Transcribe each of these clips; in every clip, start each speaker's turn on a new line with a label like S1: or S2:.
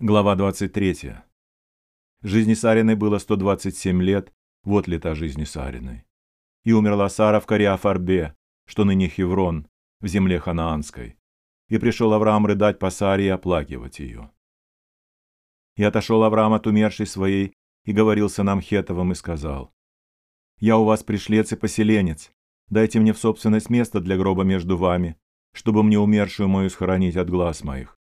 S1: Глава 23. Жизни Сариной было 127 лет, вот лета жизни Сариной. И умерла Сара в Кириаф-Арбе, что ныне Хеврон, в земле ханаанской. И пришел Авраам рыдать по Саре и оплакивать ее. И отошел Авраам от умершей своей, и говорил сынам Хеттовым, и сказал: «Я у вас пришлец и поселенец, дайте мне в собственность место для гроба между вами, чтобы мне умершую мою схоронить от глаз моих».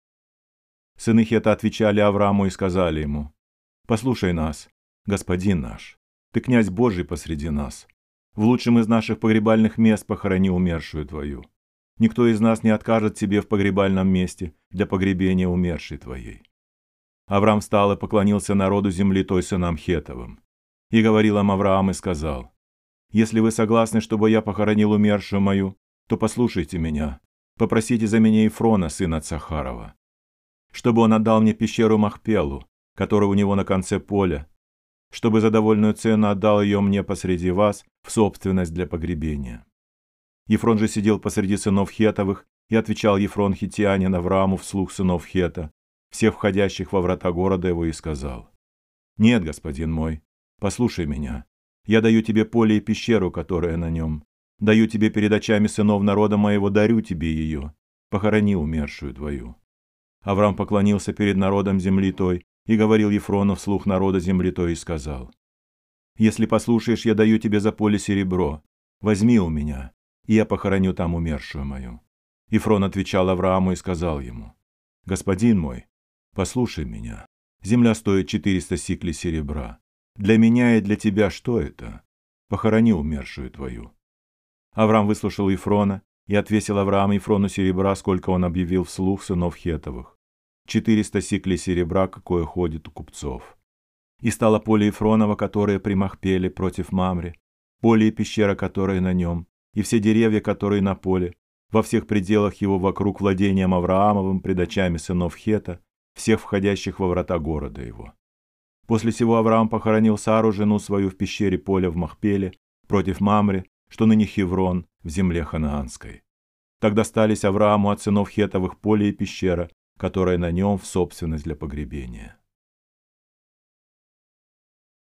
S1: Сыны Хетта отвечали Аврааму и сказали ему: «Послушай нас, господин наш, ты князь Божий посреди нас. В лучшем из наших погребальных мест похорони умершую твою. Никто из нас не откажет тебе в погребальном месте для погребения умершей твоей». Авраам встал и поклонился народу земли той сынам Хеттовым. И говорил им Авраам и сказал: «Если вы согласны, чтобы я похоронил умершую мою, то послушайте меня, попросите за меня Ефрона, сына Цахарова, чтобы он отдал мне пещеру Махпелу, которая у него на конце поля, чтобы за довольную цену отдал ее мне посреди вас в собственность для погребения». Ефрон же сидел посреди сынов Хеттовых, и отвечал Ефрон хиттиянин Аврааму вслух сынов Хетта, всех входящих во врата города его, и сказал: «Нет, господин мой, послушай меня. Я даю тебе поле и пещеру, которая на нем. Даю тебе перед очами сынов народа моего, дарю тебе ее. Похорони умершую твою». Авраам поклонился перед народом земли той и говорил Ефрону вслух народа земли той и сказал: «Если послушаешь, я даю тебе за поле серебро. Возьми у меня, и я похороню там умершую мою». Ефрон отвечал Аврааму и сказал ему: «Господин мой, послушай меня. Земля стоит 400 сиклей серебра. Для меня и для тебя что это? Похорони умершую твою». Авраам выслушал Ефрона, и отвесил Авраам Ефрону серебра, сколько он объявил вслух сынов Хеттовых. 400 сиклей серебра, какое ходит у купцов. И стало поле Ефронова, которое при Махпеле против Мамре, поле и пещера, которая на нем, и все деревья, которые на поле, во всех пределах его вокруг владением Авраамовым пред очами сынов Хетта, всех входящих во врата города его. После сего Авраам похоронил Сару, жену свою, в пещере поля в Махпеле против Мамре, что ныне Хеврон, в земле ханаанской. Так достались Аврааму от сынов Хеттовых поле и пещера, которая на нем в собственность для погребения.